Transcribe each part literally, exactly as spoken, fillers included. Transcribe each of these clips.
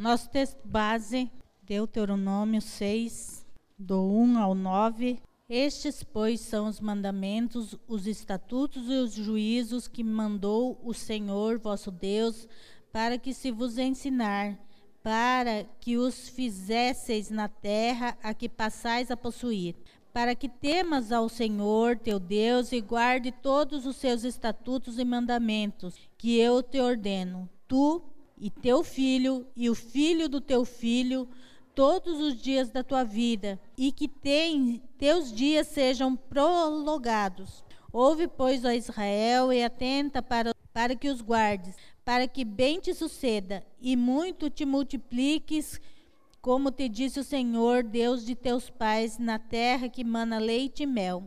Nosso texto base, Deuteronômio seis, do um ao nove. Estes, pois, são os mandamentos, os estatutos e os juízos que mandou o Senhor vosso Deus, para que se vos ensinar, para que os fizesseis na terra a que passais a possuir, para que temas ao Senhor teu Deus e guarde todos os seus estatutos e mandamentos, que eu te ordeno, tu e teu filho e o filho do teu filho, todos os dias da tua vida, e que tem, teus dias sejam prolongados. Ouve, pois, ó Israel, e atenta para, para que os guardes, para que bem te suceda, e muito te multipliques, como te disse o Senhor, Deus de teus pais, na terra que mana leite e mel.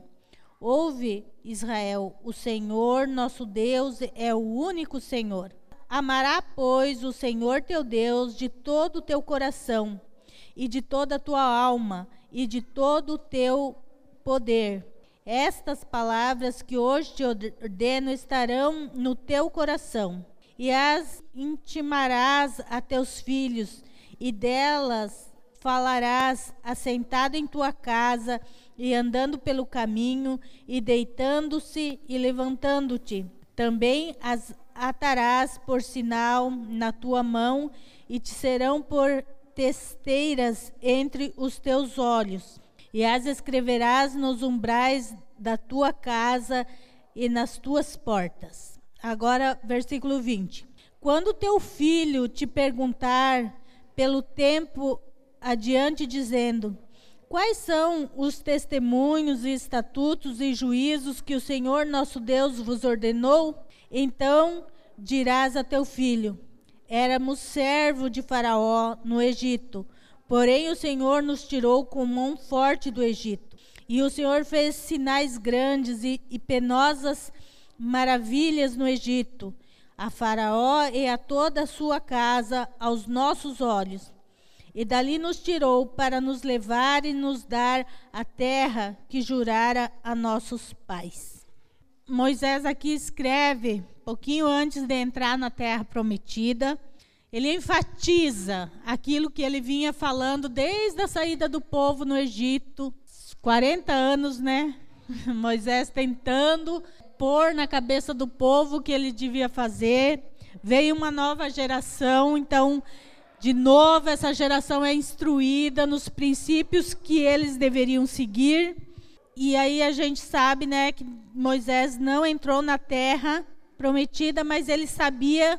Ouve, Israel, o Senhor, nosso Deus, é o único Senhor. Amará, pois, o Senhor teu Deus de todo o teu coração, e de toda a tua alma, e de todo o teu poder. Estas palavras que hoje te ordeno estarão no teu coração, e as intimarás a teus filhos, e delas falarás assentado em tua casa, e andando pelo caminho, e deitando-se e levantando-te. Também as atarás por sinal na tua mão, e te serão por testeiras entre os teus olhos, e as escreverás nos umbrais da tua casa e nas tuas portas. Agora, versículo vinte. Quando teu filho te perguntar pelo tempo adiante, dizendo: quais são os testemunhos e estatutos e juízos que o Senhor nosso Deus vos ordenou? Então dirás a teu filho: éramos servo de Faraó no Egito, porém o Senhor nos tirou com mão forte do Egito. E o Senhor fez sinais grandes e, e penosas maravilhas no Egito, a Faraó e a toda a sua casa, aos nossos olhos. E dali nos tirou para nos levar e nos dar a terra que jurara a nossos pais. Moisés aqui escreve, pouquinho antes de entrar na terra prometida, ele enfatiza aquilo que ele vinha falando desde a saída do povo no Egito, quarenta anos, né? Moisés tentando pôr na cabeça do povo o que ele devia fazer. Veio uma nova geração, então, de novo, essa geração é instruída nos princípios que eles deveriam seguir. E aí a gente sabe, né, que Moisés não entrou na terra prometida, mas ele sabia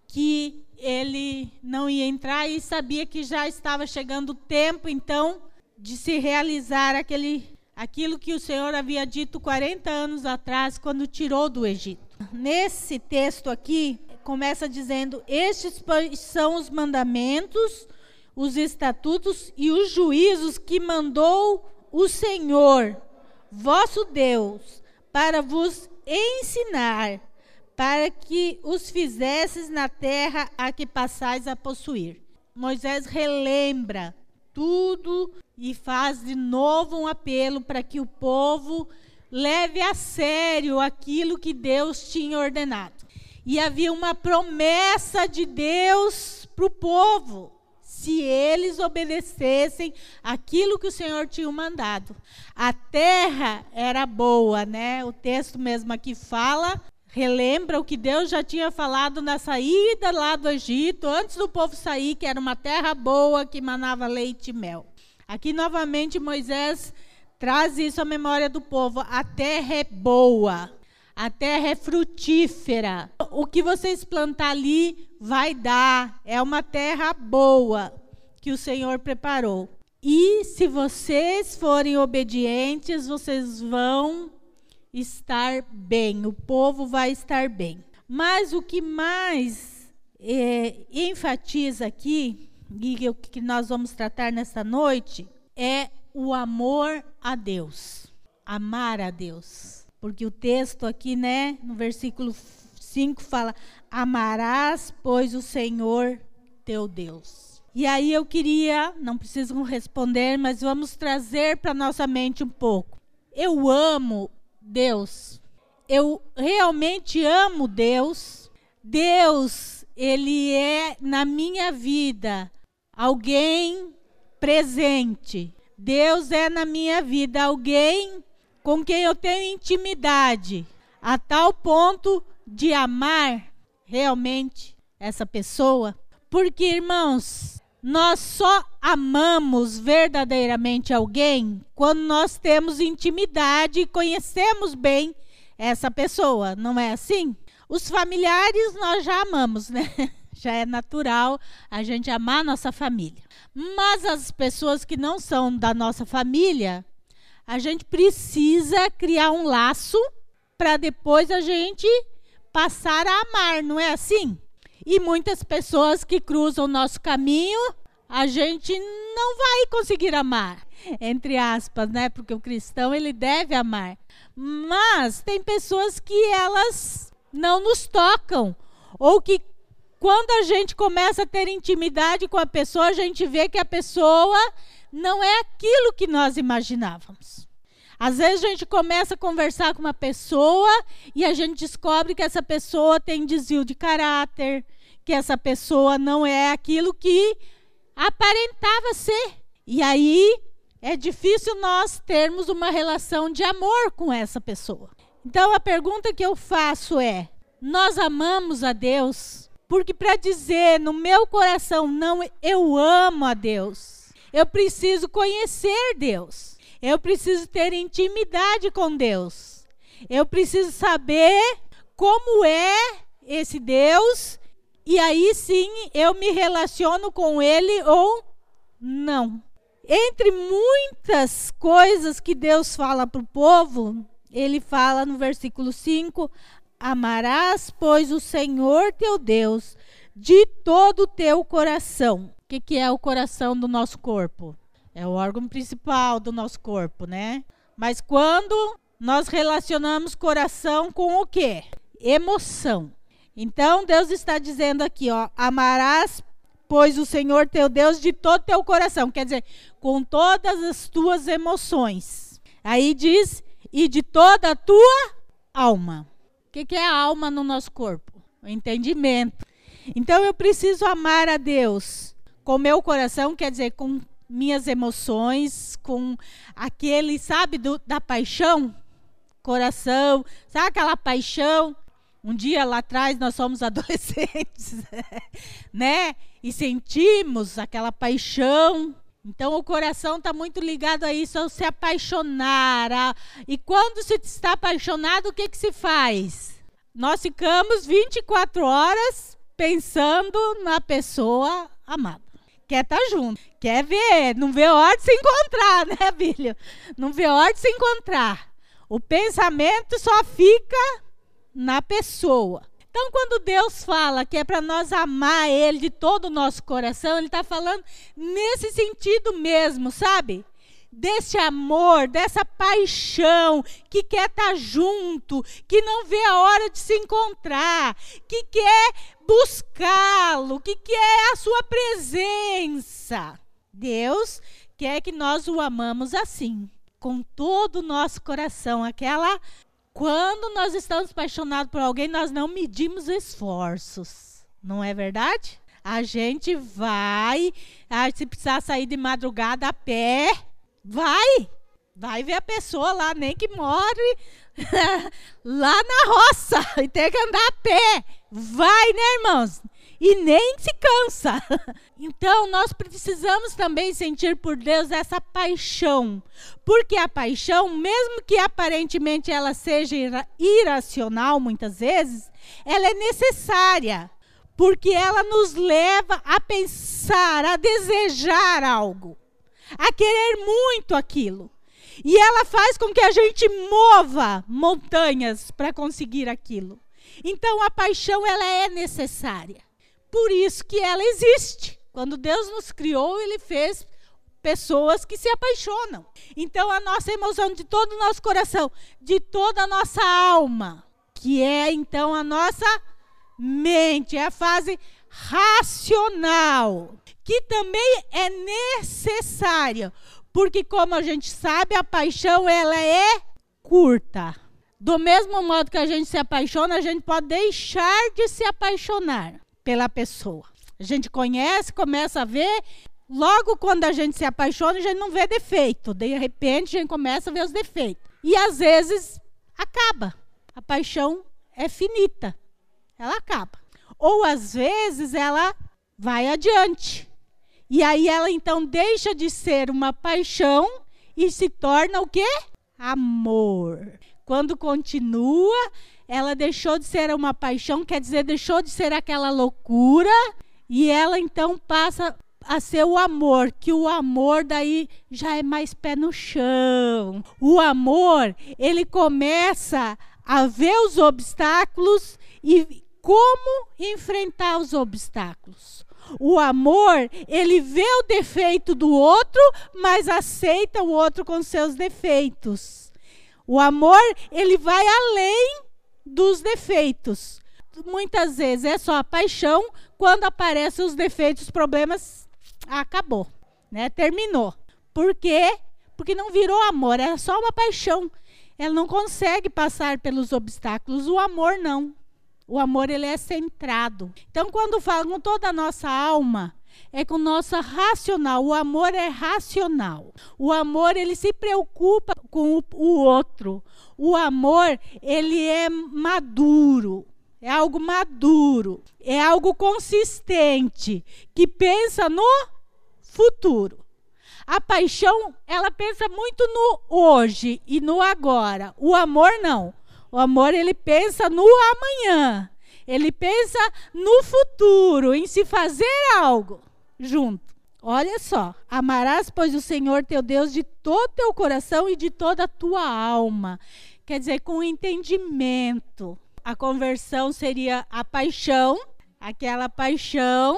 que ele não ia entrar e sabia que já estava chegando o tempo, então, de se realizar aquele, aquilo que o Senhor havia dito quarenta anos atrás, quando tirou do Egito. Nesse texto aqui, começa dizendo: estes são os mandamentos, os estatutos e os juízos que mandou o Senhor, vosso Deus, para vos ensinar, para que os fizesses na terra a que passais a possuir. Moisés relembra tudo e faz de novo um apelo para que o povo leve a sério aquilo que Deus tinha ordenado. E havia uma promessa de Deus para o povo, se eles obedecessem aquilo que o Senhor tinha mandado. A terra era boa, né? O texto mesmo aqui fala, relembra o que Deus já tinha falado na saída lá do Egito, antes do povo sair, que era uma terra boa, que manava leite e mel. Aqui, novamente, Moisés traz isso à memória do povo. A terra é boa, a terra é frutífera. O que vocês plantar ali vai dar. É uma terra boa que o Senhor preparou. E se vocês forem obedientes, vocês vão estar bem. O povo vai estar bem. Mas o que mais é, enfatiza aqui, e o que nós vamos tratar nessa noite, é o amor a Deus. Amar a Deus. Porque o texto aqui, né, no versículo cinco fala: amarás, pois, o Senhor teu Deus. E aí eu queria, não precisam responder, mas vamos trazer para nossa mente um pouco. Eu amo Deus. Eu realmente amo Deus. Deus, Ele é, na minha vida, alguém presente. Deus é na minha vida alguém com quem eu tenho intimidade, a tal ponto de amar realmente essa pessoa. Porque, irmãos, nós só amamos verdadeiramente alguém quando nós temos intimidade e conhecemos bem essa pessoa, não é assim? Os familiares nós já amamos, né? Já é natural a gente amar a nossa família. Mas as pessoas que não são da nossa família, a gente precisa criar um laço para depois a gente passar a amar, não é assim? E muitas pessoas que cruzam o nosso caminho, a gente não vai conseguir amar, entre aspas, né? Porque o cristão, ele deve amar. Mas tem pessoas que elas não nos tocam, ou que quando a gente começa a ter intimidade com a pessoa, a gente vê que a pessoa não é aquilo que nós imaginávamos. Às vezes a gente começa a conversar com uma pessoa e a gente descobre que essa pessoa tem desvio de caráter, que essa pessoa não é aquilo que aparentava ser. E aí é difícil nós termos uma relação de amor com essa pessoa. Então a pergunta que eu faço é: nós amamos a Deus? Porque para dizer no meu coração, não, eu amo a Deus, eu preciso conhecer Deus. Eu preciso ter intimidade com Deus. Eu preciso saber como é esse Deus. E aí sim eu me relaciono com Ele ou não. Entre muitas coisas que Deus fala para o povo, Ele fala no versículo cinco: amarás, pois, o Senhor teu Deus de todo o teu coração. O que, que é o coração do nosso corpo? É o órgão principal do nosso corpo, né? Mas quando nós relacionamos coração com o quê? Emoção. Então, Deus está dizendo aqui, ó, amarás, pois, o Senhor teu Deus de todo o teu coração. Quer dizer, com todas as tuas emoções. Aí diz, e de toda a tua alma. O que, que é a alma no nosso corpo? O entendimento. Então, eu preciso amar a Deus com meu coração, quer dizer, com minhas emoções, com aquele, sabe, do, da paixão, coração, sabe aquela paixão? Um dia lá atrás nós somos adolescentes, né? E sentimos aquela paixão. Então o coração está muito ligado a isso, ao se apaixonar. A... E quando se está apaixonado, o que, que se faz? Nós ficamos vinte e quatro horas pensando na pessoa amada. Quer estar junto, quer ver, não vê a hora de se encontrar, né, filho? Não vê a hora de se encontrar. O pensamento só fica na pessoa. Então, quando Deus fala que é para nós amar Ele de todo o nosso coração, Ele está falando nesse sentido mesmo, sabe? Desse amor, dessa paixão, que quer estar junto, que não vê a hora de se encontrar, que quer buscá-lo, que quer a sua presença. Deus quer que nós o amamos assim, com todo o nosso coração. Aquela, quando nós estamos apaixonados por alguém, nós não medimos esforços, não é verdade? A gente vai, se precisar sair de madrugada a pé, vai, vai ver a pessoa lá, nem que more lá na roça e tem que andar a pé. Vai, né, irmãos? E nem se cansa. Então, nós precisamos também sentir por Deus essa paixão. Porque a paixão, mesmo que aparentemente ela seja ira- irracional muitas vezes, ela é necessária. Porque ela nos leva a pensar, a desejar algo, a querer muito aquilo. E ela faz com que a gente mova montanhas para conseguir aquilo. Então, a paixão, ela é necessária. Por isso que ela existe. Quando Deus nos criou, Ele fez pessoas que se apaixonam. Então, a nossa emoção de todo o nosso coração, de toda a nossa alma, que é, então, a nossa mente, é a fase racional, que também é necessária, porque, como a gente sabe, a paixão, ela é curta. Do mesmo modo que a gente se apaixona, a gente pode deixar de se apaixonar pela pessoa. A gente conhece, começa a ver, logo quando a gente se apaixona, a gente não vê defeito. De repente, a gente começa a ver os defeitos. E às vezes, acaba. A paixão é finita. Ela acaba. Ou às vezes, ela vai adiante. E aí ela então deixa de ser uma paixão e se torna o quê? Amor. Quando continua, ela deixou de ser uma paixão, quer dizer, deixou de ser aquela loucura, e ela então passa a ser o amor, que o amor daí já é mais pé no chão. O amor, ele começa a ver os obstáculos e como enfrentar os obstáculos. O amor, ele vê o defeito do outro, mas aceita o outro com seus defeitos. O amor, ele vai além dos defeitos. Muitas vezes é só a paixão, quando aparecem os defeitos, os problemas, acabou, né? Terminou. Por quê? Porque não virou amor, era só uma paixão. Ela não consegue passar pelos obstáculos, o amor não. O amor, ele é centrado. Então, quando fala com toda a nossa alma, é com nossa racional. O amor é racional. O amor, ele se preocupa com o, o outro. O amor, ele é maduro. É algo maduro. É algo consistente, que pensa no futuro. A paixão, ela pensa muito no hoje e no agora. O amor, não. O amor, ele pensa no amanhã. Ele pensa no futuro, em se fazer algo junto. Olha só. Amarás, pois, o Senhor teu Deus de todo teu coração e de toda a tua alma. Quer dizer, com entendimento. A conversão seria a paixão, aquela paixão.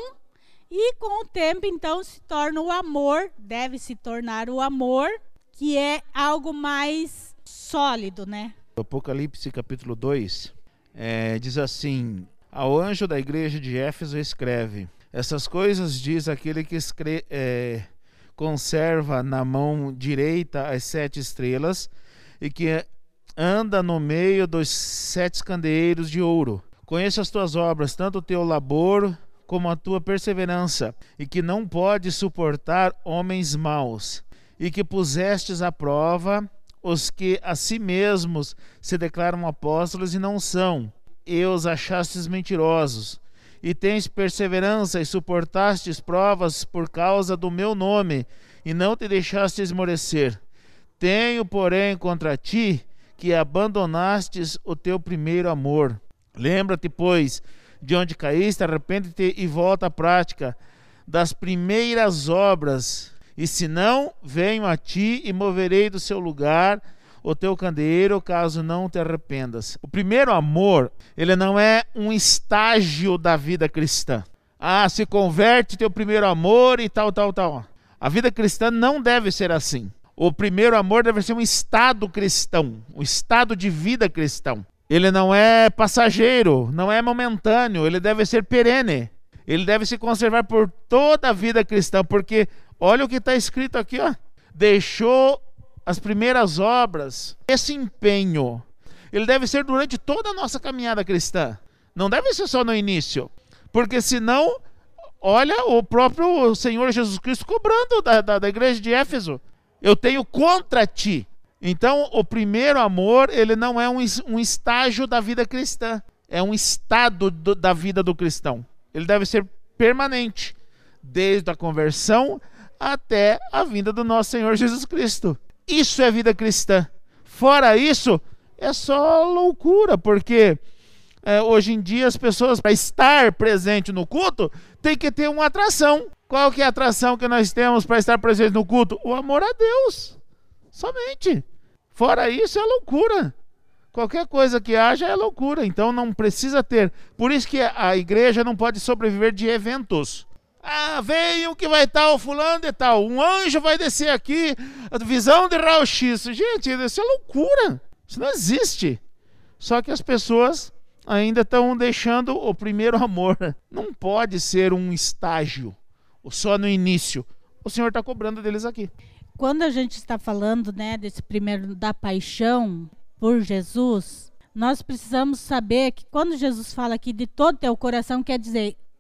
E com o tempo, então, se torna o amor, deve se tornar o amor, que é algo mais sólido, né? Apocalipse capítulo dois, é, diz assim: ao anjo da igreja de Éfeso escreve: essas coisas diz aquele que escre é, conserva na mão direita as sete estrelas e que anda no meio dos sete candeeiros de ouro. Conheço as tuas obras, tanto o teu labor como a tua perseverança, e que não podes suportar homens maus, e que pusestes à prova os que a si mesmos se declaram apóstolos e não são, e os achastes mentirosos, e tens perseverança e suportastes provas por causa do meu nome, e não te deixaste esmorecer. Tenho, porém, contra ti que abandonastes o teu primeiro amor. Lembra-te, pois, de onde caíste, arrepende-te e volta à prática das primeiras obras. E se não, venho a ti e moverei do seu lugar o teu candeeiro, caso não te arrependas. O primeiro amor, ele não é um estágio da vida cristã. Ah, se converte teu primeiro amor e tal, tal, tal. A vida cristã não deve ser assim. O primeiro amor deve ser um estado cristão, um estado de vida cristão. Ele não é passageiro, não é momentâneo, ele deve ser perene. Ele deve se conservar por toda a vida cristã, porque olha o que está escrito aqui, ó. Deixou as primeiras obras. Esse empenho, ele deve ser durante toda a nossa caminhada cristã. Não deve ser só no início. Porque senão, olha o próprio Senhor Jesus Cristo cobrando da, da, da igreja de Éfeso. Eu tenho contra ti. Então, o primeiro amor, ele não é um, um estágio da vida cristã. É um estado do, da vida do cristão. Ele deve ser permanente. Desde a conversão até a vinda do nosso Senhor Jesus Cristo. Isso é vida cristã. Fora isso, é só loucura, porque é, hoje em dia as pessoas, para estar presente no culto, tem que ter uma atração. Qual que é a atração que nós temos para estar presente no culto? O amor a Deus. Somente. Fora isso, é loucura. Qualquer coisa que haja é loucura. Então não precisa ter. Por isso que a igreja não pode sobreviver de eventos. Ah, venham que vai estar o fulano e tal. Um anjo vai descer aqui. A visão de raio-x. Gente, isso é loucura. Isso não existe. Só que as pessoas ainda estão deixando o primeiro amor. Não pode ser um estágio. Só no início. O Senhor está cobrando deles aqui. Quando a gente está falando, né, desse primeiro, da paixão por Jesus, nós precisamos saber que quando Jesus fala aqui de todo teu coração, quer dizer,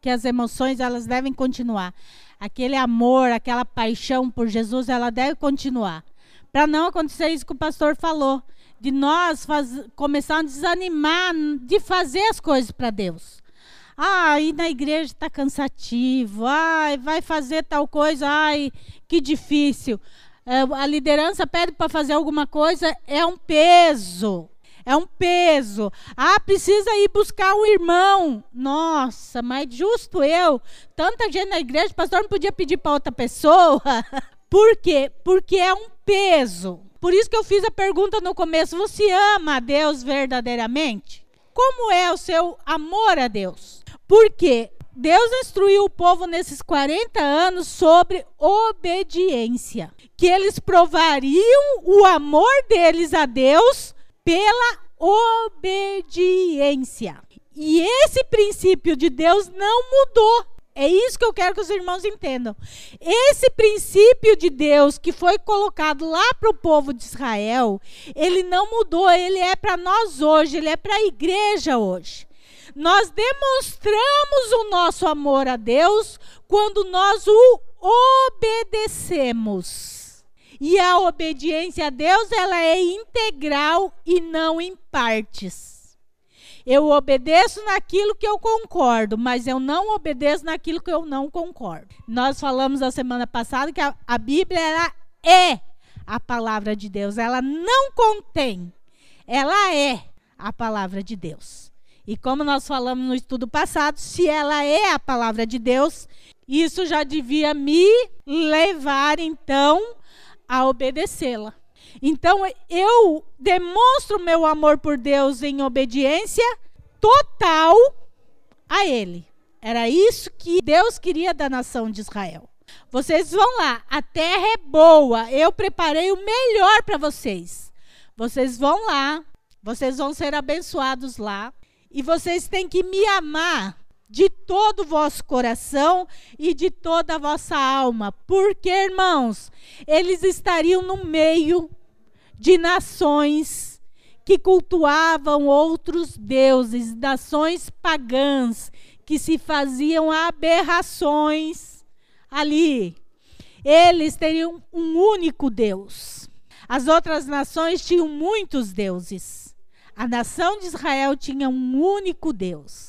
que as emoções elas devem continuar. Aquele amor, aquela paixão por Jesus, ela deve continuar. Para não acontecer isso que o pastor falou, de nós faz, começar a desanimar de fazer as coisas para Deus. Ah, ir na igreja está cansativo. Ai, vai fazer tal coisa. Ai, que difícil. É, a liderança pede para fazer alguma coisa, é um peso. É um peso. Ah, precisa ir buscar um irmão. Nossa, mas justo eu. Tanta gente na igreja, o pastor não podia pedir para outra pessoa. Por quê? Porque é um peso. Por isso que eu fiz a pergunta no começo. Você ama a Deus verdadeiramente? Como é o seu amor a Deus? Porque Deus instruiu o povo nesses quarenta anos sobre obediência. Que eles provariam o amor deles a Deus pela obediência. E esse princípio de Deus não mudou. É isso que eu quero que os irmãos entendam. Esse princípio de Deus que foi colocado lá para o povo de Israel, ele não mudou, ele é para nós hoje, ele é para a igreja hoje. Nós demonstramos o nosso amor a Deus quando nós o obedecemos. E a obediência a Deus, ela é integral e não em partes. Eu obedeço naquilo que eu concordo, mas eu não obedeço naquilo que eu não concordo. Nós falamos a semana passada que a, a Bíblia ela é a palavra de Deus. Ela não contém, ela é a palavra de Deus. E como nós falamos no estudo passado, se ela é a palavra de Deus, isso já devia me levar, então, a obedecê-la. Então, eu demonstro meu amor por Deus em obediência total a Ele. Era isso que Deus queria da nação de Israel. Vocês vão lá, a terra é boa, eu preparei o melhor para vocês. Vocês vão lá, vocês vão ser abençoados lá, e vocês têm que me amar de todo o vosso coração e de toda a vossa alma. Porque, irmãos, eles estariam no meio de nações que cultuavam outros deuses, nações pagãs, que se faziam aberrações ali. Eles teriam um único Deus. As outras nações tinham muitos deuses. A nação de Israel tinha um único Deus.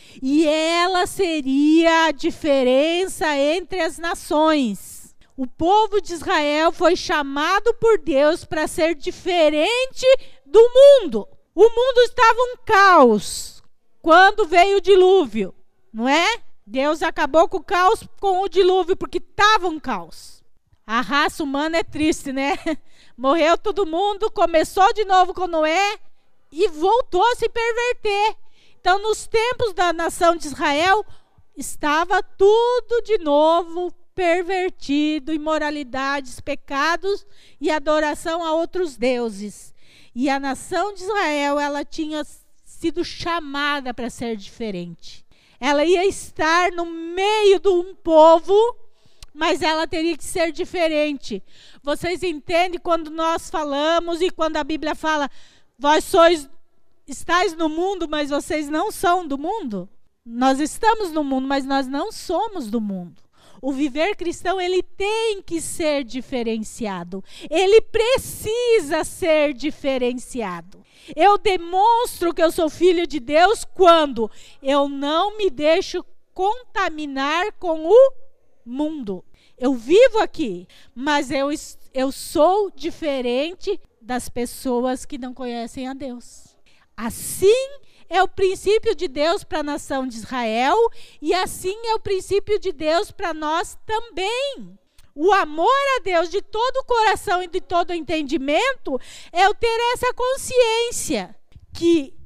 E ela seria a diferença entre as nações. O povo de Israel foi chamado por Deus para ser diferente do mundo. O mundo estava um caos quando veio o dilúvio, não é? Deus acabou com o caos com o dilúvio, porque estava um caos. A raça humana é triste, né? Morreu todo mundo, começou de novo com Noé e voltou a se perverter. Então, nos tempos da nação de Israel, estava tudo de novo pervertido, imoralidades, pecados e adoração a outros deuses. E a nação de Israel, ela tinha sido chamada para ser diferente. Ela ia estar no meio de um povo, mas ela teria que ser diferente. Vocês entendem quando nós falamos e quando a Bíblia fala, vós sois estáis no mundo, mas vocês não são do mundo? Nós estamos no mundo, mas nós não somos do mundo. O viver cristão, ele tem que ser diferenciado. Ele precisa ser diferenciado. Eu demonstro que eu sou filho de Deus quando eu não me deixo contaminar com o mundo. Eu vivo aqui, mas eu, eu sou diferente das pessoas que não conhecem a Deus. Assim é o princípio de Deus para a nação de Israel e assim é o princípio de Deus para nós também. O amor a Deus de todo o coração e de todo o entendimento é eu ter essa consciência que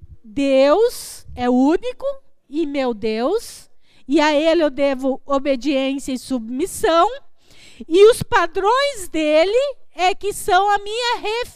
Deus é único e meu Deus, e a Ele eu devo obediência e submissão, e os padrões dele é que são a minha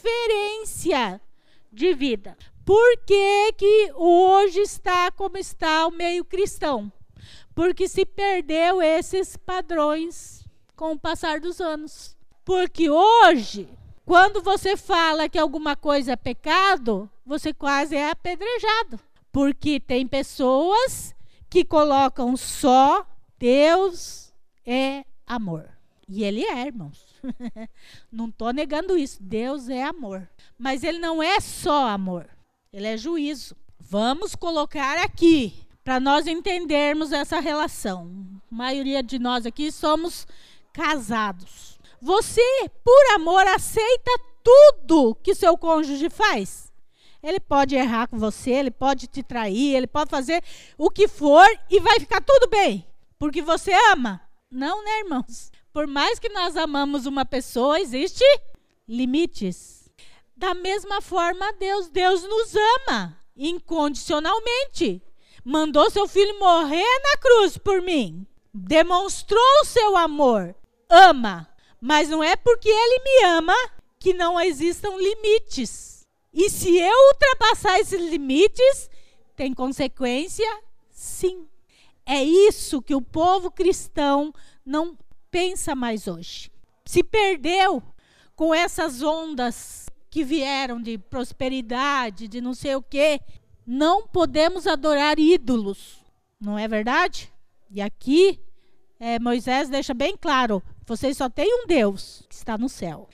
referência de vida. Por que que hoje está como está o meio cristão? Porque se perdeu esses padrões com o passar dos anos. Porque hoje, quando você fala que alguma coisa é pecado, você quase é apedrejado. Porque tem pessoas que colocam só Deus é amor. E Ele é, irmãos. Não estou negando isso. Deus é amor. Mas Ele não é só amor. Ele é juízo. Vamos colocar aqui, para nós entendermos essa relação. A maioria de nós aqui somos casados. Você, por amor, aceita tudo que seu cônjuge faz? Ele pode errar com você, ele pode te trair, ele pode fazer o que for e vai ficar tudo bem, porque você ama. Não, né, irmãos? Por mais que nós amamos uma pessoa, existe limites. Da mesma forma, Deus, Deus nos ama incondicionalmente. Mandou seu filho morrer na cruz por mim. Demonstrou o seu amor. Ama. Mas não é porque ele me ama que não existam limites. E se eu ultrapassar esses limites, tem consequência? Sim. É isso que o povo cristão não pensa mais hoje. Se perdeu com essas ondas que vieram de prosperidade, de não sei o quê. Não podemos adorar ídolos. Não é verdade? E aqui, é, Moisés deixa bem claro, vocês só têm um Deus que está no céu.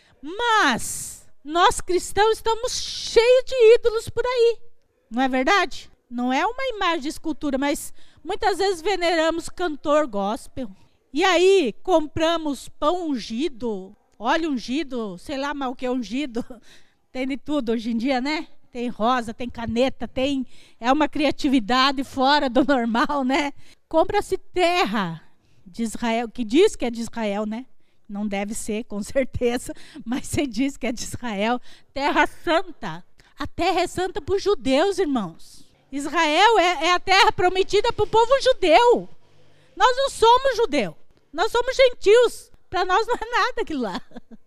Mas nós cristãos estamos cheios de ídolos por aí. Não é verdade? Não é uma imagem de escultura, mas muitas vezes veneramos cantor gospel. E aí compramos pão ungido, óleo ungido, sei lá mais o que é ungido. Tem de tudo hoje em dia, né? Tem rosa, tem caneta, tem... É uma criatividade fora do normal, né? Compra-se terra de Israel, que diz que é de Israel, né? Não deve ser, com certeza, mas você diz que é de Israel. Terra santa. A terra é santa para os judeus, irmãos. Israel é, é a terra prometida para o povo judeu. Nós não somos judeus. Nós somos gentios. Para nós não é nada aquilo lá.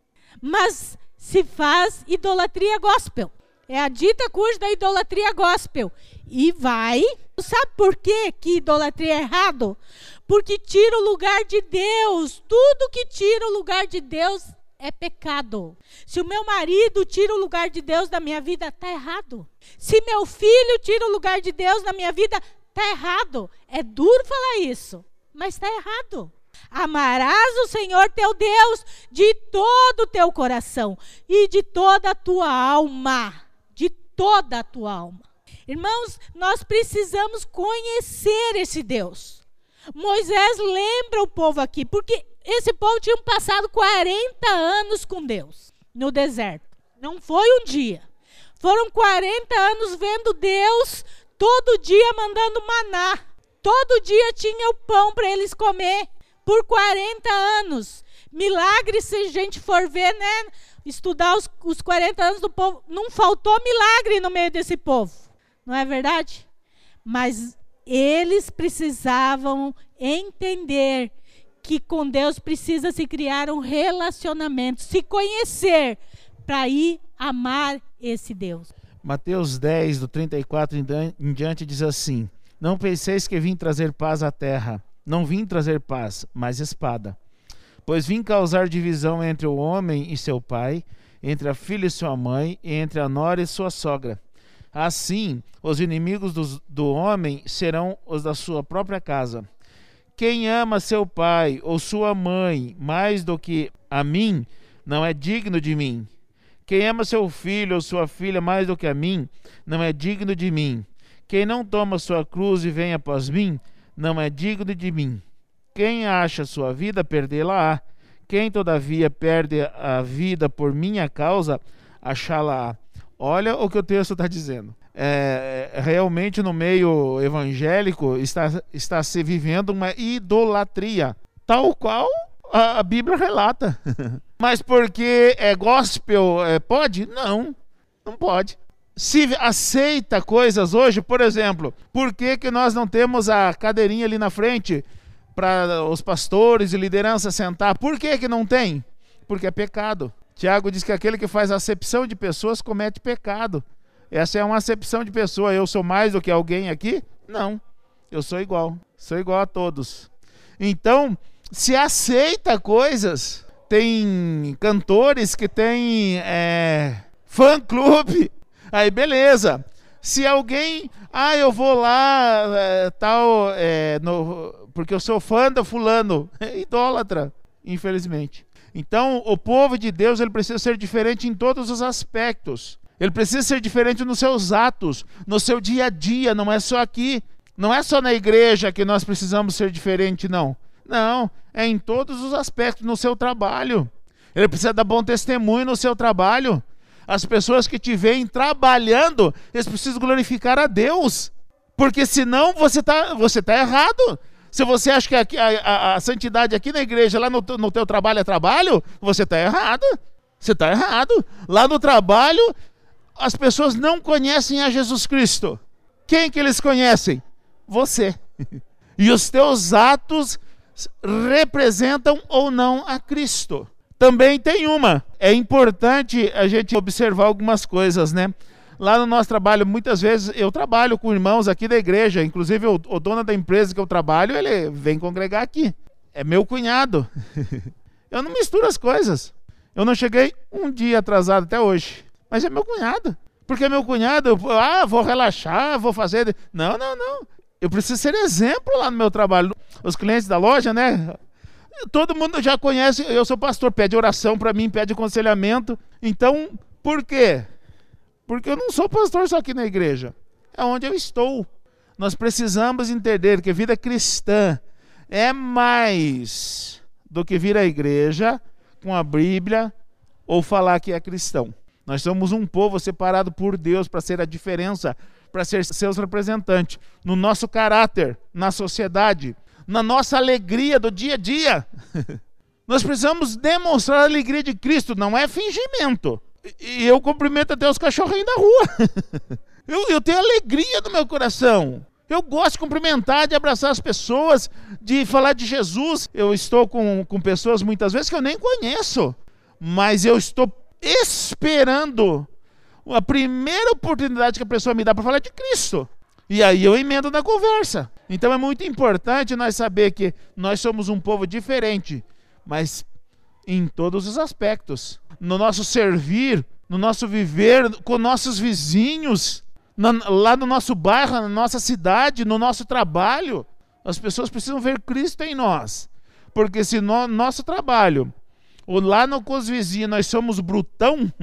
Mas se faz idolatria gospel. É a dita cuja da idolatria gospel. E vai. Sabe por quê que idolatria é errado? Porque tira o lugar de Deus. Tudo que tira o lugar de Deus é pecado. Se o meu marido tira o lugar de Deus da minha vida, está errado. Se meu filho tira o lugar de Deus da minha vida, está errado. É duro falar isso, mas está errado. Amarás o Senhor teu Deus de todo o teu coração e de toda a tua alma. De toda a tua alma. Irmãos, nós precisamos conhecer esse Deus. Moisés lembra o povo aqui, porque esse povo tinha passado quarenta anos com Deus no deserto. Não foi um dia. Foram quarenta anos vendo Deus todo dia mandando maná. Todo dia tinha o pão para eles comer. Por quarenta anos. Milagres, se a gente for ver, né? Estudar os, os quarenta anos do povo. Não faltou milagre no meio desse povo. Não é verdade? Mas eles precisavam entender que com Deus precisa se criar um relacionamento, se conhecer, para ir amar esse Deus. Mateus dez, do trinta e quatro em diante, diz assim: não penseis que vim trazer paz à terra. Não vim trazer paz, mas espada. Pois vim causar divisão entre o homem e seu pai, entre a filha e sua mãe, e entre a nora e sua sogra. Assim, os inimigos do, do homem serão os da sua própria casa. Quem ama seu pai ou sua mãe mais do que a mim, não é digno de mim. Quem ama seu filho ou sua filha mais do que a mim, não é digno de mim. Quem não toma sua cruz e vem após mim, não é digno de mim. Quem acha sua vida, perdê-la-á. Quem, todavia, perde a vida por minha causa, achá-la-á. Olha o que o texto está dizendo. É, realmente, no meio evangélico, está, está se vivendo uma idolatria, tal qual a, a Bíblia relata. Mas porque é gospel, é, pode? Não, não pode. Se aceita coisas hoje, por exemplo, por que que nós não temos a cadeirinha ali na frente para os pastores e liderança sentar? Por que que não tem? Porque é pecado. Tiago diz que aquele que faz acepção de pessoas comete pecado. Essa é uma acepção de pessoa. Eu sou mais do que alguém aqui? Não, eu sou igual. Sou igual a todos. Então, se aceita coisas, tem cantores que têm é, fã-clube. Aí beleza, Se alguém, ah, eu vou lá, é, tal, é, no, porque eu sou fã do fulano, é idólatra, infelizmente. Então, o povo de Deus, ele precisa ser diferente em todos os aspectos. Ele precisa ser diferente nos seus atos, no seu dia a dia, não é só aqui. Não é só na igreja que nós precisamos ser diferente, não. Não, é em todos os aspectos, no seu trabalho. Ele precisa dar bom testemunho no seu trabalho. As pessoas que te veem trabalhando, eles precisam glorificar a Deus. Porque senão você está você tá errado. Se você acha que aqui, a, a, a santidade aqui na igreja, lá no, no teu trabalho é trabalho, você está errado. Você está errado. Lá no trabalho, as pessoas não conhecem a Jesus Cristo. Quem que eles conhecem? Você. E os teus atos representam ou não a Cristo. Também tem uma. É importante a gente observar algumas coisas, né? Lá no nosso trabalho, muitas vezes eu trabalho com irmãos aqui da igreja, inclusive o, o dono da empresa que eu trabalho, ele vem congregar aqui. É meu cunhado. Eu não misturo as coisas. Eu não cheguei um dia atrasado até hoje. Mas é meu cunhado. Porque é meu cunhado, eu, ah, vou relaxar, vou fazer... Não, não, não. Eu preciso ser exemplo lá no meu trabalho. Os clientes da loja, né? Todo mundo já conhece, eu sou pastor, pede oração para mim, pede aconselhamento. Então, por quê? Porque eu não sou pastor só aqui na igreja. É onde eu estou. Nós precisamos entender que a vida cristã é mais do que vir à igreja com a Bíblia ou falar que é cristão. Nós somos um povo separado por Deus para ser a diferença, para ser seus representantes, no nosso caráter, na sociedade, na nossa alegria do dia a dia. Nós precisamos demonstrar a alegria de Cristo, não é fingimento. E eu cumprimento até os cachorrinhos da rua. eu, eu tenho alegria no meu coração. Eu gosto de cumprimentar, de abraçar as pessoas, de falar de Jesus. Eu estou com, com pessoas muitas vezes que eu nem conheço, mas eu estou esperando a primeira oportunidade que a pessoa me dá para falar de Cristo. E aí eu emendo na conversa. Então é muito importante nós saber que nós somos um povo diferente, mas em todos os aspectos. No nosso servir, no nosso viver, com nossos vizinhos, na, lá no nosso bairro, na nossa cidade, no nosso trabalho. As pessoas precisam ver Cristo em nós. Porque se no nosso trabalho, ou lá no, com os vizinhos, nós somos brutão,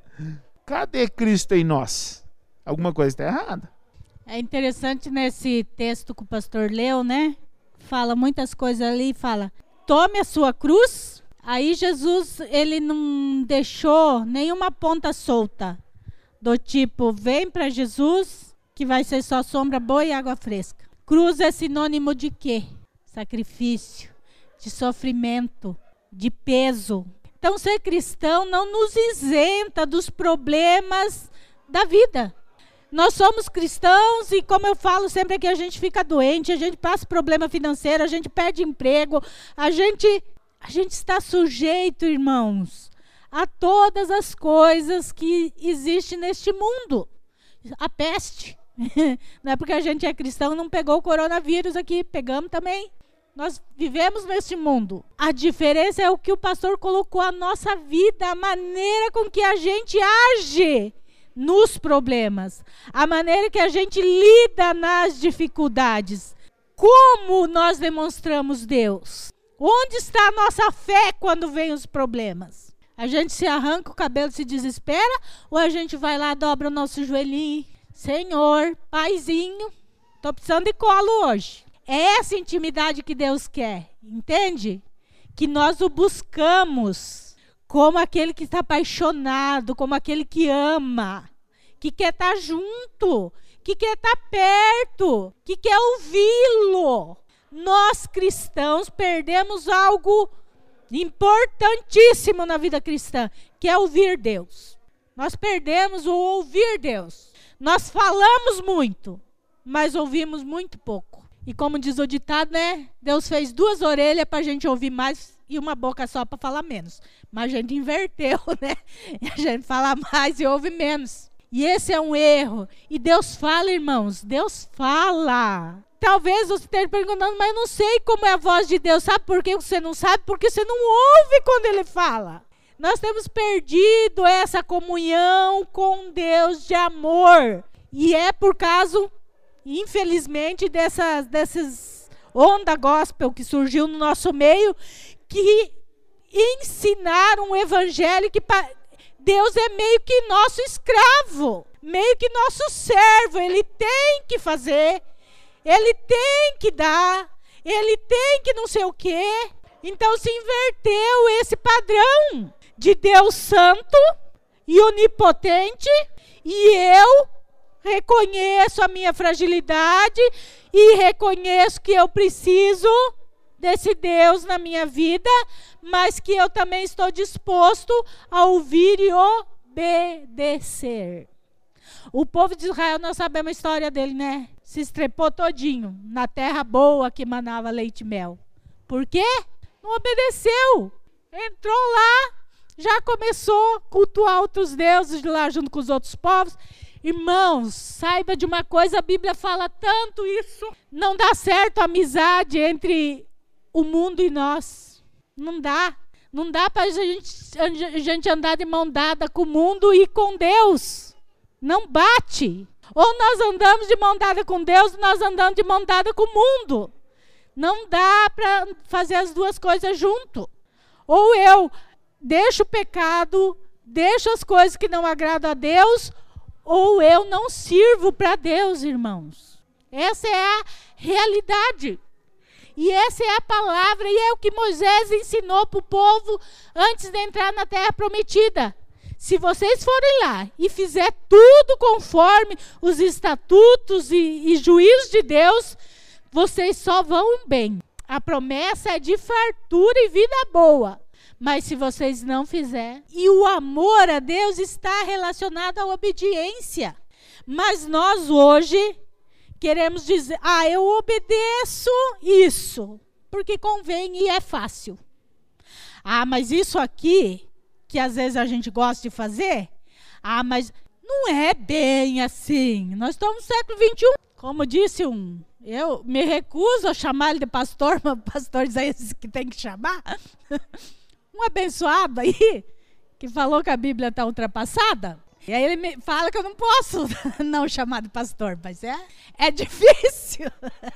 cadê Cristo em nós? Alguma coisa está errada. É interessante nesse texto que o pastor leu, né? Fala muitas coisas ali, fala, tome a sua cruz. Aí Jesus, ele não deixou nenhuma ponta solta, do tipo, vem para Jesus, que vai ser só sombra boa e água fresca. Cruz é sinônimo de quê? Sacrifício, de sofrimento, de peso. Então, ser cristão não nos isenta dos problemas da vida. Nós somos cristãos e, como eu falo sempre aqui, a gente fica doente, a gente passa problema financeiro, a gente perde emprego, a gente, a gente está sujeito, irmãos, a todas as coisas que existem neste mundo. A peste. Não é porque a gente é cristão não pegou o coronavírus aqui, pegamos também. Nós vivemos neste mundo. A diferença é o que o pastor colocou, a nossa vida, a maneira com que a gente age nos problemas, a maneira que a gente lida nas dificuldades. Como nós demonstramos Deus? Onde está a nossa fé quando vem os problemas? A gente se arranca o cabelo e se desespera, ou a gente vai lá, dobra o nosso joelhinho? Senhor, paizinho, estou precisando de colo hoje. É essa intimidade que Deus quer, entende? Que nós o buscamos como aquele que está apaixonado, como aquele que ama, que quer estar junto, que quer estar perto, que quer ouvi-lo. Nós cristãos perdemos algo importantíssimo na vida cristã, que é ouvir Deus. Nós perdemos o ouvir Deus. Nós falamos muito, mas ouvimos muito pouco. E como diz o ditado, né? Deus fez duas orelhas para a gente ouvir mais e uma boca só para falar menos. Mas a gente inverteu, né? A gente fala mais e ouve menos. E esse é um erro. E Deus fala, irmãos, Deus fala. Talvez você esteja perguntando, mas eu não sei como é a voz de Deus. Sabe por que você não sabe? Porque você não ouve quando Ele fala. Nós temos perdido essa comunhão com Deus de amor. E é por causa, infelizmente, dessas, dessas onda gospel que surgiu no nosso meio, que ensinaram o evangelho que Deus é meio que nosso escravo, meio que nosso servo. Ele tem que fazer, ele tem que dar, ele tem que não sei o quê. Então se inverteu esse padrão de Deus santo e onipotente, e eu reconheço a minha fragilidade e reconheço que eu preciso desse Deus na minha vida, mas que eu também estou disposto a ouvir e obedecer. O povo de Israel, nós sabemos a história dele, né? Se estrepou todinho na terra boa que manava leite e mel. Por quê? Não obedeceu. Entrou lá, já começou a cultuar outros deuses lá junto com os outros povos. Irmãos, saiba de uma coisa, a Bíblia fala tanto isso. Não dá certo a amizade entre o mundo e nós. Não dá. Não dá para a gente, a gente andar de mão dada com o mundo e com Deus. Não bate. Ou nós andamos de mão dada com Deus, ou nós andamos de mão dada com o mundo. Não dá para fazer as duas coisas junto. Ou eu deixo o pecado, deixo as coisas que não agradam a Deus, ou eu não sirvo para Deus, irmãos. Essa é a realidade. E essa é a palavra, e é o que Moisés ensinou para o povo antes de entrar na terra prometida. Se vocês forem lá e fizer tudo conforme os estatutos e, e juízos de Deus, vocês só vão bem. A promessa é de fartura e vida boa. Mas se vocês não fizerem, e o amor a Deus está relacionado à obediência. Mas nós hoje queremos dizer, ah, eu obedeço isso, porque convém e é fácil. Ah, mas isso aqui, que às vezes a gente gosta de fazer, ah, mas não é bem assim. Nós estamos no século vinte e um. Como disse um, eu me recuso a chamar ele de pastor, mas o pastor diz aí que tem que chamar. Um abençoado aí, que falou que a Bíblia está ultrapassada. E aí ele me fala que eu não posso não chamar de pastor, mas é, é difícil.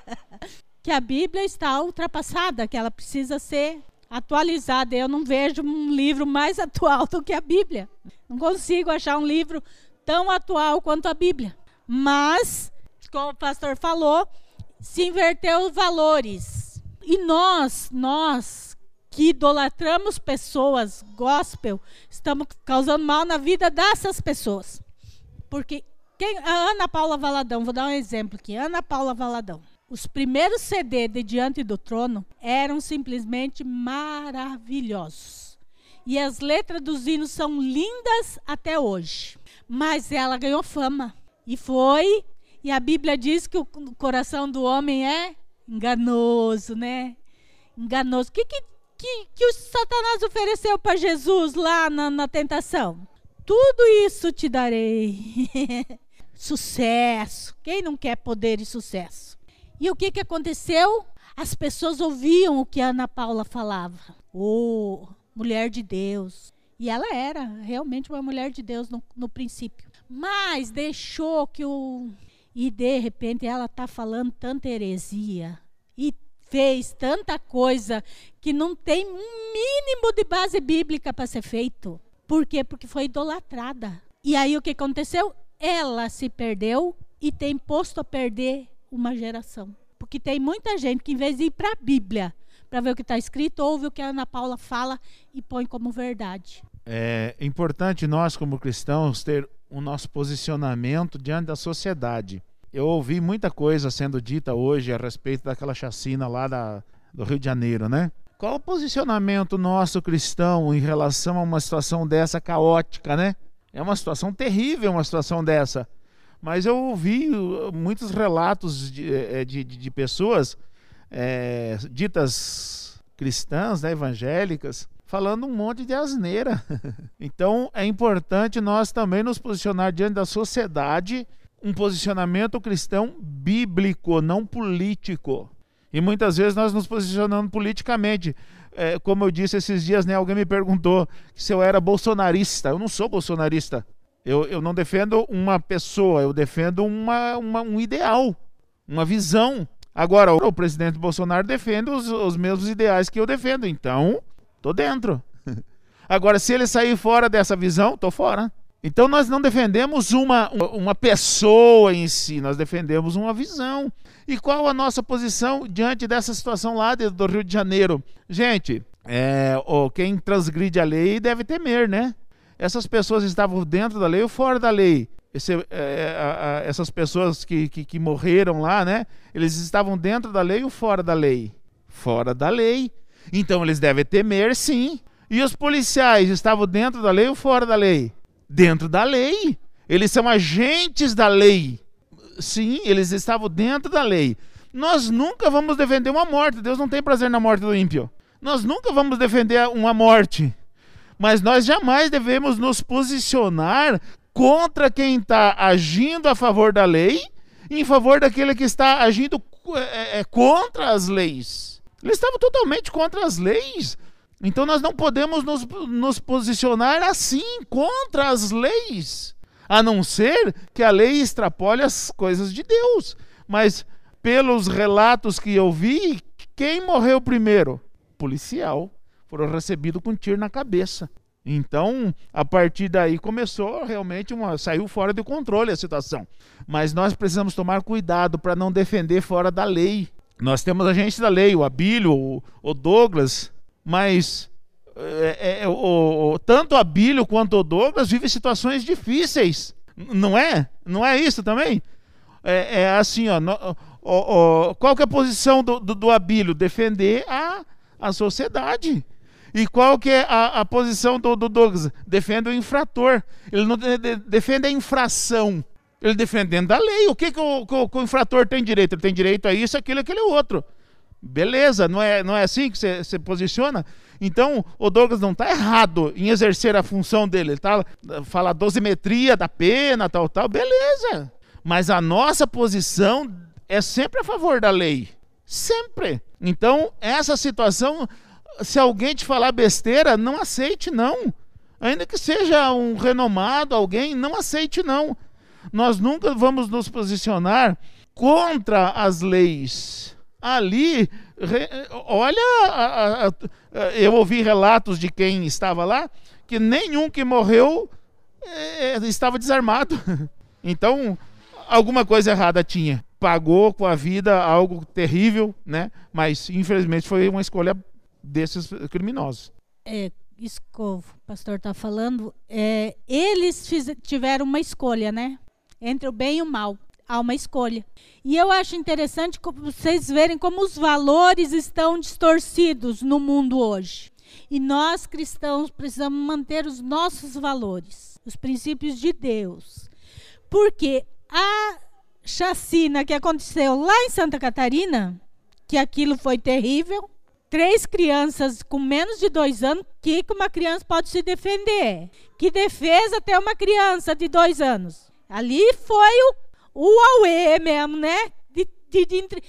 Que a Bíblia está ultrapassada, que ela precisa ser atualizada. Eu não vejo um livro mais atual do que a Bíblia. Não consigo achar um livro tão atual quanto a Bíblia. Mas, como o pastor falou, se inverteu os valores. E nós, nós... que idolatramos pessoas, gospel, estamos causando mal na vida dessas pessoas. Porque quem, a Ana Paula Valadão, vou dar um exemplo aqui, Ana Paula Valadão. Os primeiros C D de Diante do Trono eram simplesmente maravilhosos. E as letras dos hinos são lindas até hoje. Mas ela ganhou fama. E foi, e a Bíblia diz que o coração do homem é enganoso, né? Enganoso. O que que Que, que o Satanás ofereceu para Jesus lá na, na tentação? Tudo isso te darei. Sucesso. Quem não quer poder e sucesso? E o que, que aconteceu? As pessoas ouviam o que a Ana Paula falava. Oh, mulher de Deus. E ela era realmente uma mulher de Deus no, no princípio. Mas deixou que o... E de repente ela está falando tanta heresia. E fez tanta coisa que não tem um mínimo de base bíblica para ser feito. Por quê? Porque foi idolatrada. E aí o que aconteceu? Ela se perdeu e tem posto a perder uma geração. Porque tem muita gente que, em vez de ir para a Bíblia, para ver o que está escrito, ouve o que a Ana Paula fala e põe como verdade. É importante nós, como cristãos, ter o nosso posicionamento diante da sociedade. Eu ouvi muita coisa sendo dita hoje a respeito daquela chacina lá da, do Rio de Janeiro, né? Qual o posicionamento nosso cristão em relação a uma situação dessa caótica, né? É uma situação terrível, uma situação dessa. Mas eu ouvi muitos relatos de, de, de pessoas é, ditas cristãs, né, evangélicas, falando um monte de asneira. Então é importante nós também nos posicionar diante da sociedade, um posicionamento cristão bíblico, não político. E muitas vezes nós nos posicionamos politicamente. É, como eu disse esses dias, né, alguém me perguntou se eu era bolsonarista. Eu não sou bolsonarista. Eu, eu não defendo uma pessoa, eu defendo uma, uma, um ideal, uma visão. Agora, o presidente Bolsonaro defende os, os mesmos ideais que eu defendo, então, tô dentro. Agora, se ele sair fora dessa visão, tô fora. Então, nós não defendemos uma, uma pessoa em si, nós defendemos uma visão. E qual a nossa posição diante dessa situação lá de, do Rio de Janeiro? Gente, é, oh, quem transgride a lei deve temer, né? Essas pessoas estavam dentro da lei ou fora da lei? Esse, é, a, a, essas pessoas que, que, que morreram lá, né? Eles estavam dentro da lei ou fora da lei? Fora da lei. Então eles devem temer, sim. E os policiais estavam dentro da lei ou fora da lei? Dentro da lei. Eles são agentes da lei. Sim, eles estavam dentro da lei. Nós nunca vamos defender uma morte. Deus não tem prazer na morte do ímpio. Nós nunca vamos defender uma morte. Mas nós jamais devemos nos posicionar contra quem está agindo a favor da lei, em favor daquele que está agindo é, é, contra as leis. Eles estavam totalmente contra as leis. Então nós não podemos nos, nos posicionar assim, contra as leis, a não ser que a lei extrapole as coisas de Deus. Mas pelos relatos que eu vi, quem morreu primeiro? Policial. Foram recebidos com um tiro na cabeça. Então, a partir daí começou realmente uma... saiu fora de controle a situação. Mas nós precisamos tomar cuidado para não defender fora da lei. Nós temos agentes da lei, o Abílio, o, o Douglas, mas é, é, o, o, tanto o Abílio quanto o Douglas vivem situações difíceis. Não é? Não é isso também? É, é assim, ó, no, o, o, qual que é a posição do, do, do Abílio? Defender a, a sociedade. E qual que é a, a posição do, do Douglas? Defende o infrator. Ele não de, de, defende a infração. Ele defende dentro da lei. O que, que, o, que, o, que o infrator tem direito? Ele tem direito a isso, aquilo, aquele outro. Beleza, não é, não é assim que você se posiciona? Então, o Douglas não está errado em exercer a função dele. Ele está fala a dosimetria da pena, tal, tal. Beleza. Mas a nossa posição é sempre a favor da lei. Sempre. Então, essa situação... Se alguém te falar besteira, não aceite, não. Ainda que seja um renomado, alguém, não aceite, não. Nós nunca vamos nos posicionar contra as leis. Ali, re, olha, a, a, a, eu ouvi relatos de quem estava lá, que nenhum que morreu é, estava desarmado. Então, alguma coisa errada tinha. Pagou com a vida algo terrível, né? Mas, infelizmente, foi uma escolha desses criminosos. É, isso que o pastor está falando, é, eles fiz, tiveram uma escolha, né? Entre o bem e o mal. Há uma escolha. E eu acho interessante vocês verem como os valores estão distorcidos no mundo hoje. E nós, cristãos, precisamos manter os nossos valores, os princípios de Deus. Porque a chacina que aconteceu lá em Santa Catarina, que aquilo foi terrível, três crianças com menos de dois anos, que uma criança pode se defender? Que defesa tem uma criança de dois anos? Ali foi o, o auê mesmo, né? De, de, de,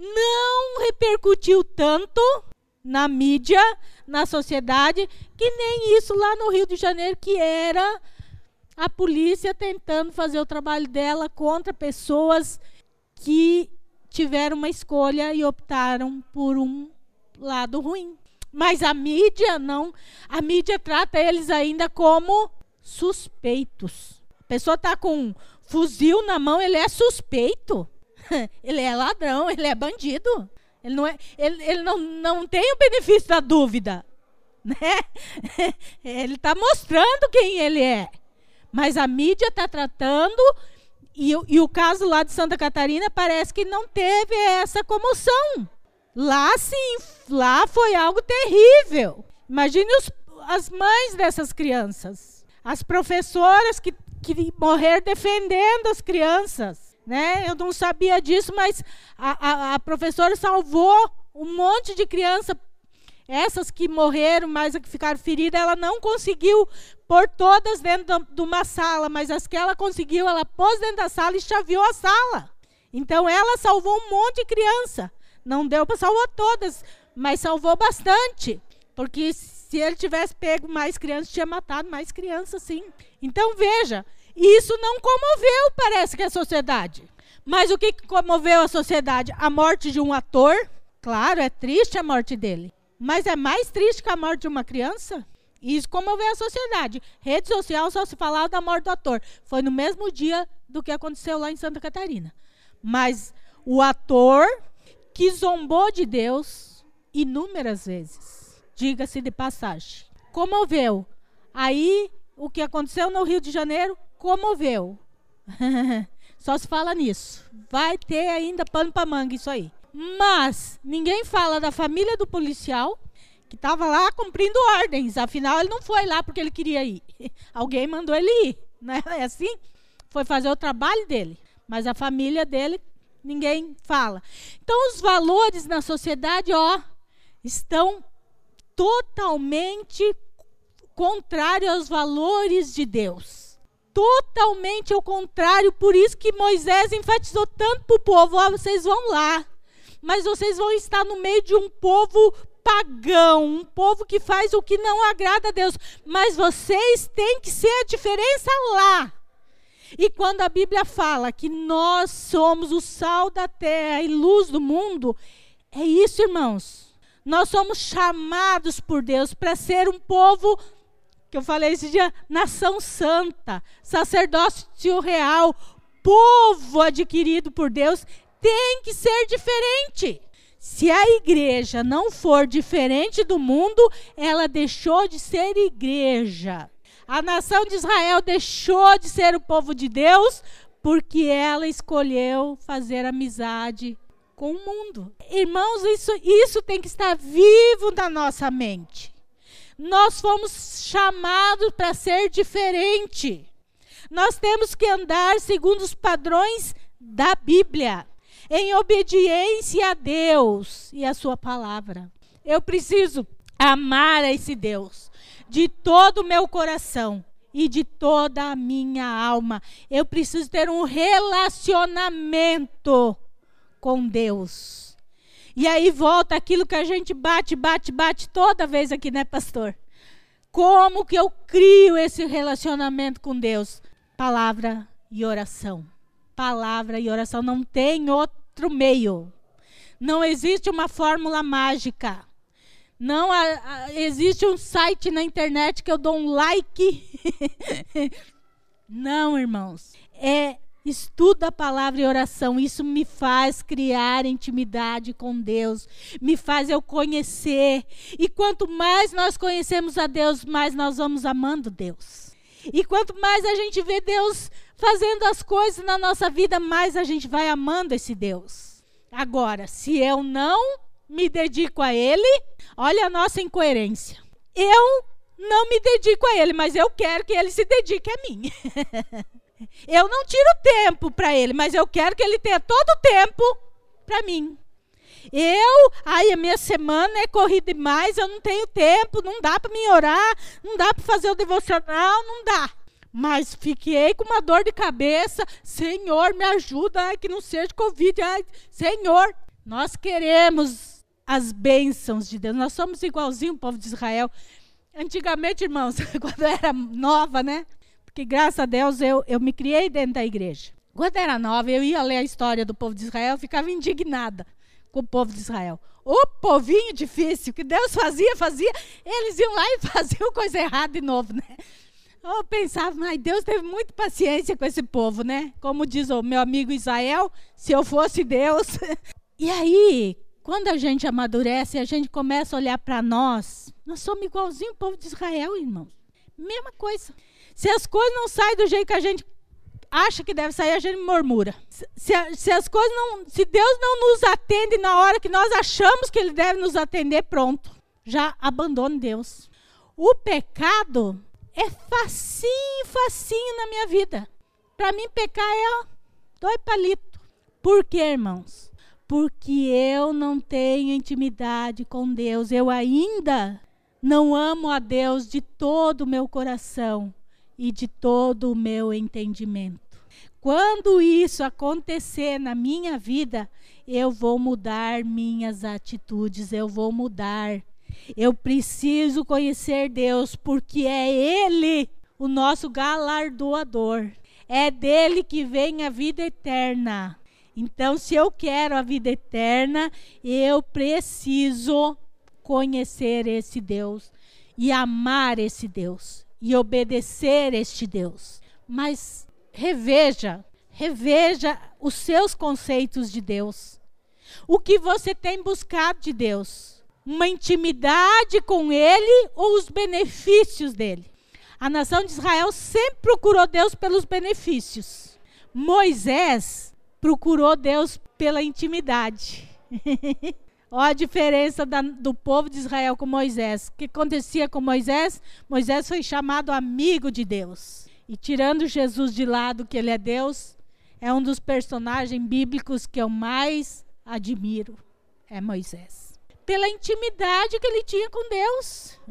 não repercutiu tanto na mídia, na sociedade, que nem isso lá no Rio de Janeiro, que era a polícia tentando fazer o trabalho dela contra pessoas que tiveram uma escolha e optaram por um lado ruim. Mas a mídia não, a mídia trata eles ainda como suspeitos. A pessoa está com um fuzil na mão, ele é suspeito. Ele é ladrão, ele é bandido. Ele não, é, ele, ele não, não tem o benefício da dúvida, né? Ele está mostrando quem ele é. Mas a mídia está tratando, e, e o caso lá de Santa Catarina parece que não teve essa comoção. Lá sim, lá foi algo terrível. Imagine os, as mães dessas crianças, as professoras que, que morreram defendendo as crianças, né? Eu não sabia disso, mas a, a, a professora salvou um monte de crianças. Essas que morreram, mas as que ficaram feridas, ela não conseguiu pôr todas dentro de uma sala, mas as que ela conseguiu, ela pôs dentro da sala e chaveou a sala. Então ela salvou um monte de criança. Não deu para salvar todas, mas salvou bastante. Porque se ele tivesse pego mais crianças, tinha matado mais crianças, sim. Então, veja, Isso não comoveu, parece que a sociedade. Mas o que comoveu a sociedade? A morte de um ator. Claro, é triste a morte dele. Mas é mais triste que a morte de uma criança? Isso comoveu a sociedade. Rede social só se falava da morte do ator. Foi no mesmo dia do que aconteceu lá em Santa Catarina. Mas o ator que zombou de Deus inúmeras vezes, diga-se de passagem, comoveu. Aí, o que aconteceu no Rio de Janeiro, comoveu. Só se fala nisso. Vai ter ainda pano para manga isso aí. Mas ninguém fala da família do policial que estava lá cumprindo ordens. Afinal, ele não foi lá porque ele queria ir. Alguém mandou ele ir. Não é assim? Foi fazer o trabalho dele. Mas a família dele, ninguém fala. Então, os valores na sociedade, ó, estão totalmente contrários aos valores de Deus. Totalmente ao contrário. Por isso que Moisés enfatizou tanto para o povo: ó, vocês vão lá, mas vocês vão estar no meio de um povo pagão, um povo que faz o que não agrada a Deus, mas vocês têm que ser a diferença lá. E quando a Bíblia fala que nós somos o sal da terra e luz do mundo, é isso, irmãos. Nós somos chamados por Deus para ser um povo, que eu falei esse dia, nação santa, sacerdócio real, povo adquirido por Deus, tem que ser diferente. Se a igreja não for diferente do mundo, ela deixou de ser igreja. A nação de Israel deixou de ser o povo de Deus porque ela escolheu fazer amizade com o mundo. Irmãos, isso, isso tem que estar vivo na nossa mente. Nós fomos chamados para ser diferente. Nós temos que andar segundo os padrões da Bíblia, em obediência a Deus e a sua palavra. Eu preciso amar a esse Deus de todo o meu coração e de toda a minha alma. Eu preciso ter um relacionamento com Deus. E aí volta aquilo que a gente bate, bate, bate toda vez aqui, né, pastor? Como que eu crio esse relacionamento com Deus? Palavra e oração. Palavra e oração, não tem outro meio. Não existe uma fórmula mágica. Não a, a, existe um site na internet que eu dou um like. Não, irmãos. É estudo a palavra e oração. Isso me faz criar intimidade com Deus. Me faz eu conhecer. E quanto mais nós conhecemos a Deus, mais nós vamos amando Deus. E quanto mais a gente vê Deus fazendo as coisas na nossa vida, mais a gente vai amando esse Deus. Agora, se eu não me dedico a Ele, olha a nossa incoerência. Eu não me dedico a Ele, mas eu quero que Ele se dedique a mim. Eu não tiro tempo para Ele, mas eu quero que Ele tenha todo o tempo para mim. Eu, ai, a minha semana é corrida demais, eu não tenho tempo, não dá para me orar, não dá para fazer o devocional, não dá. Mas fiquei com uma dor de cabeça. Senhor, me ajuda, ai, que não seja Covid. Ai, Senhor, nós queremos as bênçãos de Deus. Nós somos igualzinho o povo de Israel. Antigamente, irmãos, quando eu era nova, né? Porque graças a Deus eu, eu me criei dentro da igreja. Quando eu era nova, eu ia ler a história do povo de Israel, eu ficava indignada com o povo de Israel. O povinho difícil, que Deus fazia, fazia, eles iam lá e faziam coisa errada de novo, né? Eu pensava, mas Deus teve muita paciência com esse povo, né? Como diz o meu amigo Israel, se eu fosse Deus. E aí, quando a gente amadurece, a gente começa a olhar para nós, nós somos igualzinho o povo de Israel, irmão. Mesma coisa. Se as coisas não saem do jeito que a gente acha que deve sair, a gente murmura. Se, se as coisas não, se Deus não nos atende na hora que nós achamos que Ele deve nos atender, pronto. Já abandone Deus. O pecado é facinho, facinho na minha vida. Para mim, pecar é ó, dois palitos. Por quê, irmãos? Porque eu não tenho intimidade com Deus. Eu ainda não amo a Deus de todo o meu coração e de todo o meu entendimento. Quando isso acontecer na minha vida, eu vou mudar minhas atitudes, eu vou mudar. Eu preciso conhecer Deus, porque é Ele o nosso galardoador. É dele que vem a vida eterna. Então, se eu quero a vida eterna, eu preciso conhecer esse Deus e amar esse Deus e obedecer este Deus. Mas reveja, reveja os seus conceitos de Deus. O que você tem buscado de Deus? Uma intimidade com Ele ou os benefícios dele? A nação de Israel sempre procurou Deus pelos benefícios. Moisés procurou Deus pela intimidade. Olha a diferença da, do povo de Israel com Moisés. O que acontecia com Moisés? Moisés foi chamado amigo de Deus. E tirando Jesus de lado, que ele é Deus, é um dos personagens bíblicos que eu mais admiro. É Moisés. Pela intimidade que ele tinha com Deus.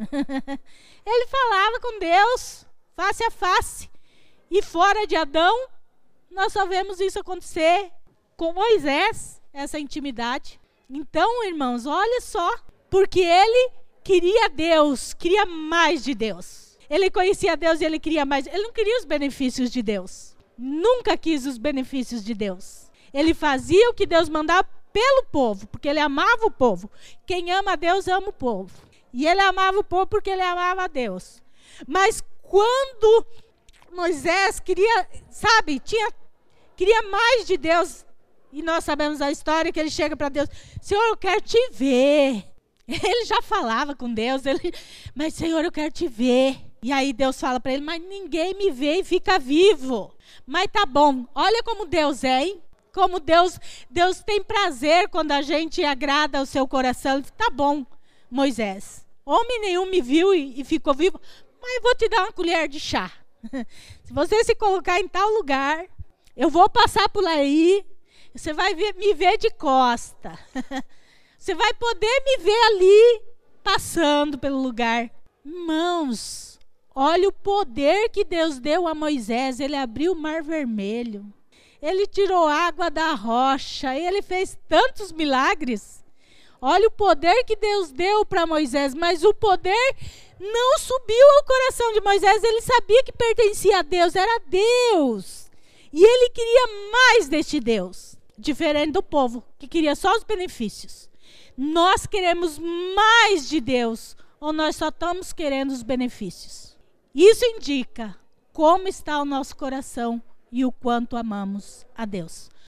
Ele falava com Deus, face a face. E fora de Adão, nós só vemos isso acontecer com Moisés, essa intimidade. Então, irmãos, olha só, porque ele queria Deus, queria mais de Deus. Ele conhecia Deus e ele queria mais. Ele não queria os benefícios de Deus. Nunca quis os benefícios de Deus. Ele fazia o que Deus mandava pelo povo, porque ele amava o povo. Quem ama a Deus, ama o povo. E ele amava o povo porque ele amava a Deus. Mas quando Moisés queria, sabe, tinha, queria mais de Deus, e nós sabemos a história que ele chega para Deus, Senhor, eu quero te ver. Ele já falava com Deus, ele, mas Senhor, eu quero te ver. E aí Deus fala para ele, mas ninguém me vê e fica vivo. Mas tá bom, olha como Deus é, hein? Como Deus, Deus tem prazer quando a gente agrada o seu coração. Ele, tá bom, Moisés, homem nenhum me viu e, e ficou vivo, mas eu vou te dar uma colher de chá. Se você se colocar em tal lugar, eu vou passar por aí, você vai ver, me ver de costa. Você vai poder me ver ali, passando pelo lugar. Irmãos, olha o poder que Deus deu a Moisés. Ele abriu o Mar Vermelho. Ele tirou água da rocha. Ele fez tantos milagres. Olha o poder que Deus deu para Moisés. Mas o poder não subiu ao coração de Moisés. Ele sabia que pertencia a Deus. Era Deus. E ele queria mais deste Deus. Diferente do povo, que queria só os benefícios. Nós queremos mais de Deus, ou nós só estamos querendo os benefícios? Isso indica como está o nosso coração e o quanto amamos a Deus.